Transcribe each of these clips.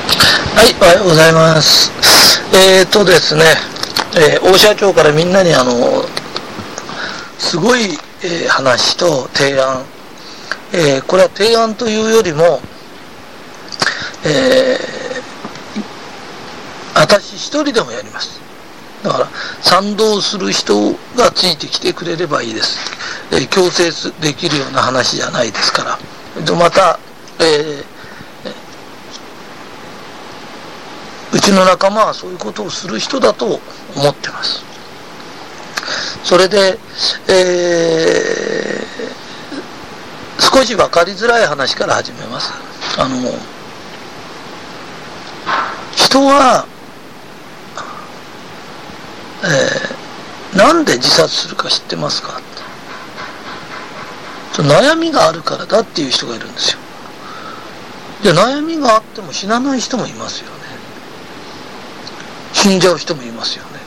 はい、おはようございます。ですね、大社長からみんなにすごい、話と提案、これは提案というよりも、私一人でもやります。だから賛同する人がついてきてくれればいいです。強制できるような話じゃないですから。また、うちの仲間はそういうことをする人だと思ってます。それで、少し分かりづらい話から始めます。人は、なんで自殺するか知ってますか？悩みがあるからだっていう人がいるんですよ。いや、悩みがあっても死なない人もいますよね。死んじゃう人もいますよね。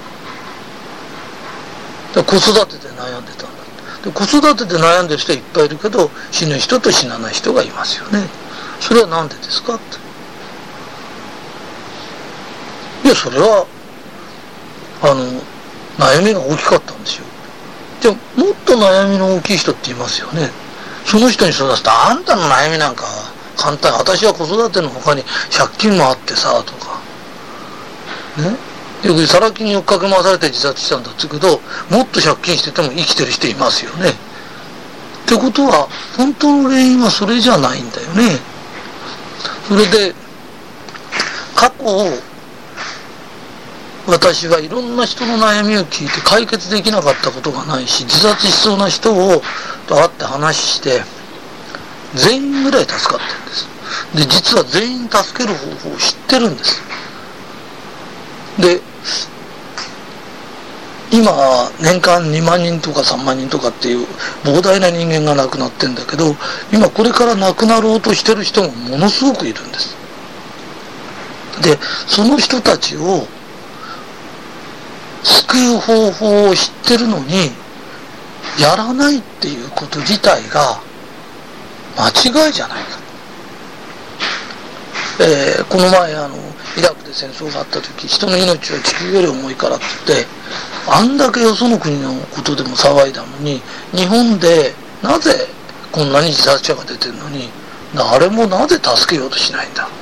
子育てで悩んでたんだ。で、子育てで悩んでる人はいっぱいいるけど、死ぬ人と死なない人がいますよね。それはなんでですかって。いや、それは悩みが大きかったんですよ。じゃあもっと悩みの大きい人っていますよね。その人に相談すると、あんたの悩みなんか簡単、私は子育ての他に借金もあってさとかね、よくサラ金に追っかけ回されて自殺したんだって言うけど、もっと借金してても生きてる人いますよね。ってことは本当の原因はそれじゃないんだよね。それで過去私はいろんな人の悩みを聞いて解決できなかったことがないし、自殺しそうな人と会って話して全員ぐらい助かってるんです。で、実は全員助ける方法を知ってるんです。で、今年間2万人とか3万人とかっていう膨大な人間が亡くなってんだけど、今これから亡くなろうとしてる人もものすごくいるんです。で、その人たちを救う方法を知ってるのにやらないっていうこと自体が間違いじゃないか。この前イラクで戦争があった時、人の命は地球より重いからって言って、あんだけよその国のことでも騒いだのに、日本でなぜこんなに自殺者が出てるのに誰もなぜ助けようとしないんだ。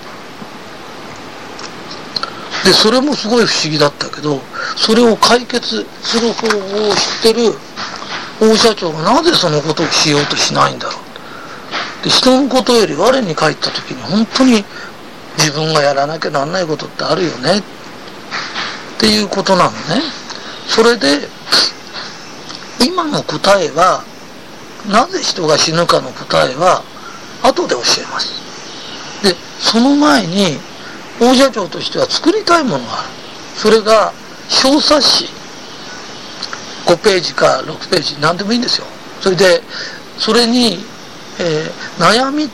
で、それもすごい不思議だったけど、それを解決する方法を知ってる大社長がなぜそのことをしようとしないんだろう。で、人のことより我に返った時に本当に自分がやらなきゃなんないことってあるよねっていうことなのね。それで今の答えは、なぜ人が死ぬかの答えは後で教えます。で、その前に大社長としては作りたいものがある。それが小冊子5ページか6ページ何でもいいんですよ。それでそれに、悩み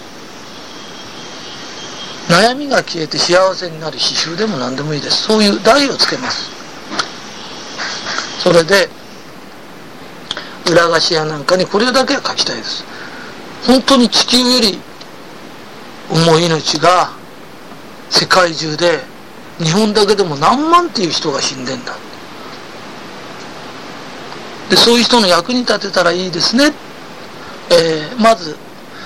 が消えて幸せになる詩集でも何でもいいです。そういう題をつけます。それで裏菓子屋なんかにこれだけは書きたいです。本当に地球より重い命が世界中で日本だけでも何万っていう人が死んでんだ。で、そういう人の役に立てたらいいですね。まず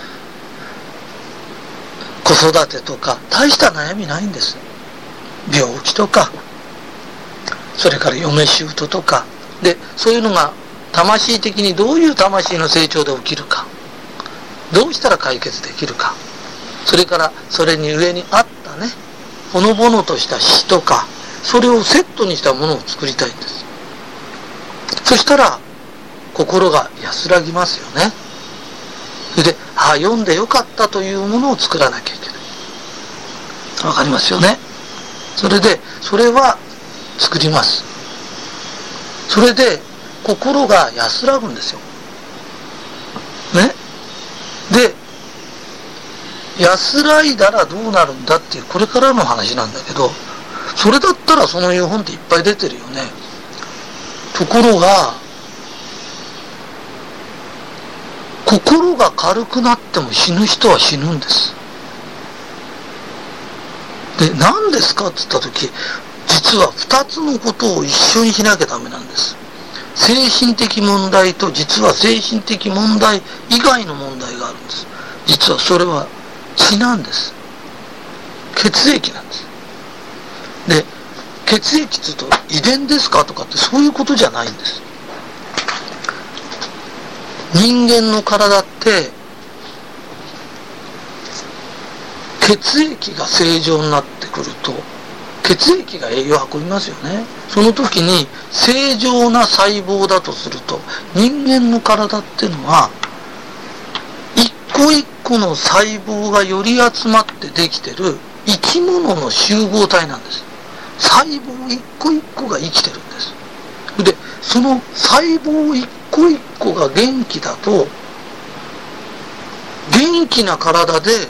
子育てとか大した悩みないんです。病気とか、それから嫁姑とかで、そういうのが魂的にどういう魂の成長で起きるか、どうしたら解決できるか、それからそれに上にあったね、ほのぼのとした詩とか、それをセットにしたものを作りたいんです。そしたら心が安らぎますよね。それで、読んでよかったというものを作らなきゃいけない。わかりますよね。それでそれは作ります。それで心が安らぐんですよね。で、安らいだらどうなるんだっていうこれからの話なんだけど、それだったらそのいう本っていっぱい出てるよね。ところが心が軽くなっても死ぬ人は死ぬんです。 で、何ですかって言ったとき、実は2つのことを一緒にしなきゃダメなんです。精神的問題と、実は精神的問題以外の問題があるんです。実はそれは血なんです。血液なんです。で、血液って言うと遺伝ですかとかってそういうことじゃないんです。人間の体って血液が正常になってくると、血液が栄養を運びますよね。その時に正常な細胞だとすると、人間の体っていうのは一個一個の細胞がより集まってできてる生き物の集合体なんです。細胞一個一個が生きてるんです。で、その細胞一個一個が元気だと、元気な体で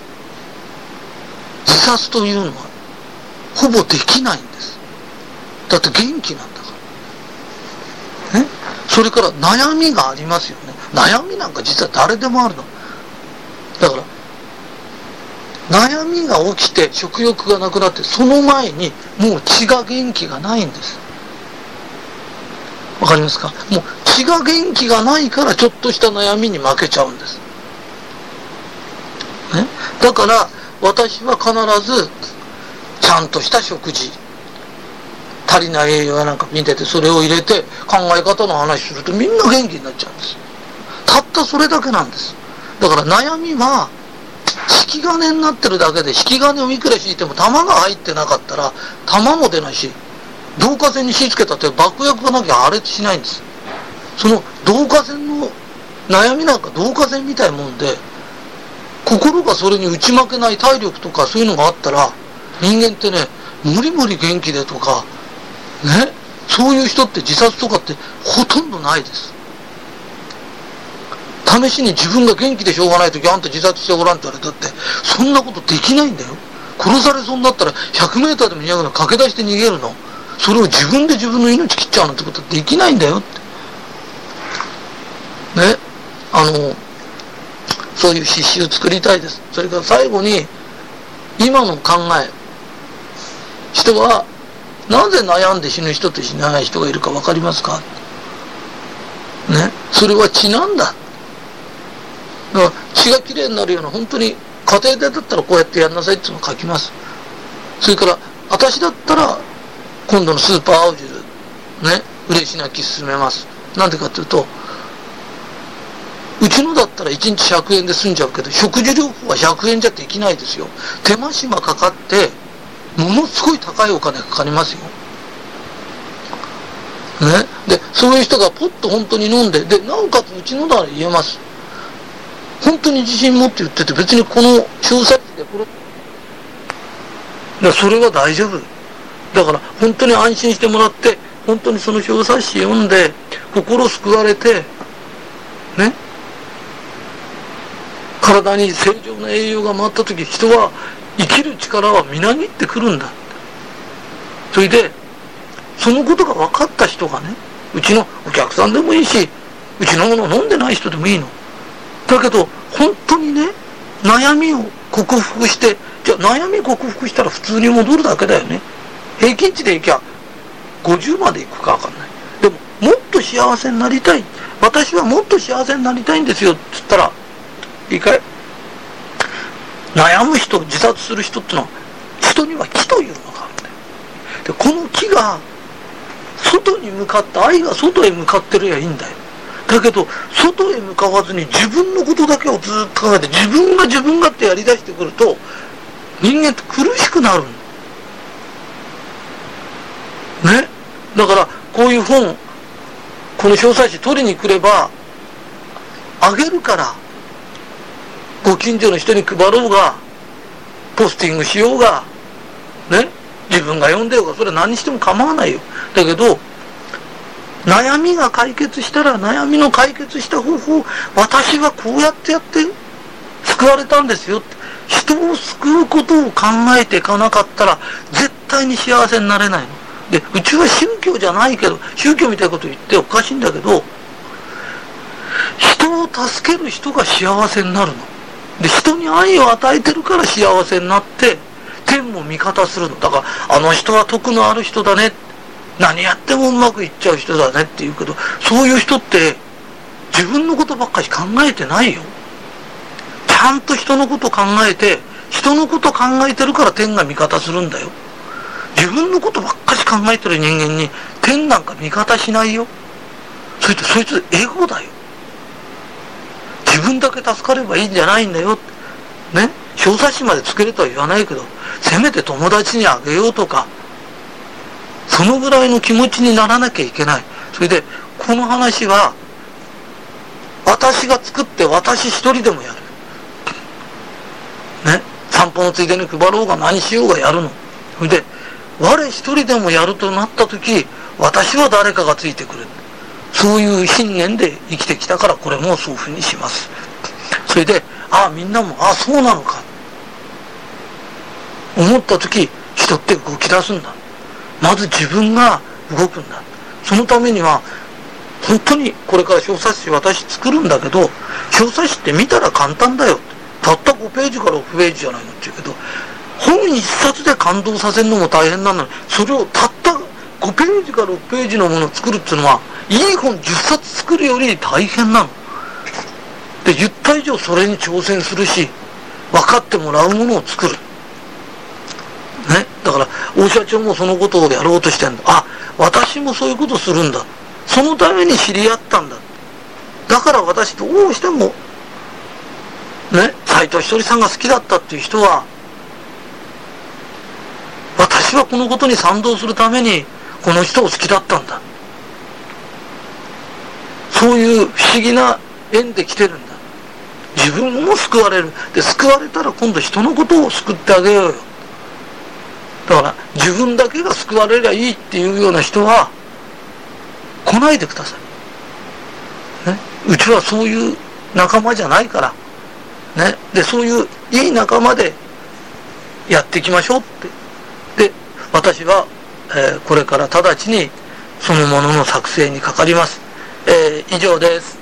自殺というのはほぼできないんです。だって元気なんだからね。それから悩みがありますよね。悩みなんか実は誰でもあるの。だから悩みが起きて食欲がなくなって、その前にもう血が元気がないんです。わかりますか？もう血が元気がないからちょっとした悩みに負けちゃうんです。ね？だから私は必ずちゃんとした食事、足りない栄養やなんか見てて、それを入れて考え方の話するとみんな元気になっちゃうんです。たったそれだけなんです。だから悩みは引き金になってるだけで、引き金をいくら引いても玉が入ってなかったら玉も出ないし、導火線に火つけたって爆薬がなきゃ破裂しないんです。その導火線の悩みなんか導火線みたいもんで、心がそれに打ち負けない体力とかそういうのがあったら、人間ってね、無理無理元気でとかね、そういう人って自殺とかってほとんどないです。試しに自分が元気でしょうがないときあんた自殺してごらんって言われたって、そんなことできないんだよ。殺されそうになったら100メーターでも200メーター駆け出して逃げるの。それを自分で自分の命切っちゃうなんてことはできないんだよってね。そういう詩集を作りたいです。それから最後に、今の考え、人はなぜ悩んで死ぬ人と死なない人がいるか分かりますかね。それは血なんだ。だから血がきれいになるような、本当に家庭でだったらこうやってやんなさいっていうのを書きます。それから私だったら今度のスーパー青汁ね、嬉し泣き進めます。なんでかっていうと、うちのだったら1日100円で済んじゃうけど、食事療法は100円じゃできないですよ。手間暇かかってものすごい高いお金かかりますよね。で、そういう人がポッと本当に飲んで、でなおかつうちのなら言えます。本当に自信持って言ってて、別にこの小冊子でこれそれは大丈夫だから、本当に安心してもらって、本当にその小冊子読んで心救われてね、体に正常な栄養が回った時、人は生きる力はみなぎってくるんだ。それでそのことが分かった人がね、うちのお客さんでもいいし、うちのものを飲んでない人でもいいの。だけど本当にね、悩みを克服して、じゃあ悩み克服したら普通に戻るだけだよね。平均値でいきゃ50までいくか分かんない。でももっと幸せになりたい、私はもっと幸せになりたいんですよって言ったらいいかい？悩む人、自殺する人ってのは、人には気というのがあるんだよ。で、この気が外に向かって、愛が外へ向かってるやいいんだよ。だけど外へ向かわずに自分のことだけをずっと考えて、自分がってやりだしてくると、人間って苦しくなるね。だからこういう本、この小冊子取りに来ればあげるから、ご近所の人に配ろうが、ポスティングしようがね、自分が読んでようが、それは何しても構わないよ。だけど悩みが解決したら、悩みの解決した方法、私はこうやって救われたんですよって、人を救うことを考えていかなかったら絶対に幸せになれないので、うちは宗教じゃないけど、宗教みたいなこと言っておかしいんだけど、人を助ける人が幸せになるので、人に愛を与えてるから幸せになって、 天も味方するの。だからあの人は徳のある人だね、何やってもうまくいっちゃう人だねって言うけど、そういう人って自分のことばっかり考えてないよ。ちゃんと人のこと考えて、人のこと考えてるから天が味方するんだよ。自分のことばっかり考えてる人間に天なんか味方しないよ。そいつエゴだよ。自分だけ助かればいいんじゃないんだよ。ね、小冊子まで作れとは言わないけど、せめて友達にあげようとか、そのぐらいの気持ちにならなきゃいけない。それでこの話は私が作って私一人でもやる。ね、散歩のついでに配ろうが何しようがやるの。それで我一人でもやるとなった時、私は誰かがついてくる。そういう信念で生きてきたから、これもそういうふうにします。それでみんなもそうなのか思った時、人って動き出すんだ。まず自分が動くんだ。そのためには本当にこれから小冊子私作るんだけど、小冊子って見たら簡単だよ。たった5ページから6ページじゃないのって言うけど、本一冊で感動させるのも大変なのに、それをたった5ページから6ページのものを作るっていうのは、いい本10冊作るより大変なの。で、言った以上それに挑戦するし、分かってもらうものを作る。ね。だから、大社長もそのことをやろうとしてんだ。私もそういうことするんだ。そのために知り合ったんだ。だから私どうしても、ね、斎藤ひとりさんが好きだったっていう人は、私はこのことに賛同するためにこの人を好きだったんだ。そういう不思議な縁で来てるんだ。自分も救われる。で、救われたら今度人のことを救ってあげようよ。だから自分だけが救われりゃいいっていうような人は来ないでください。ね、うちはそういう仲間じゃないから。ね、で、そういういい仲間でやっていきましょうって。で、私は、これから直ちにそのものの作成にかかります。以上です。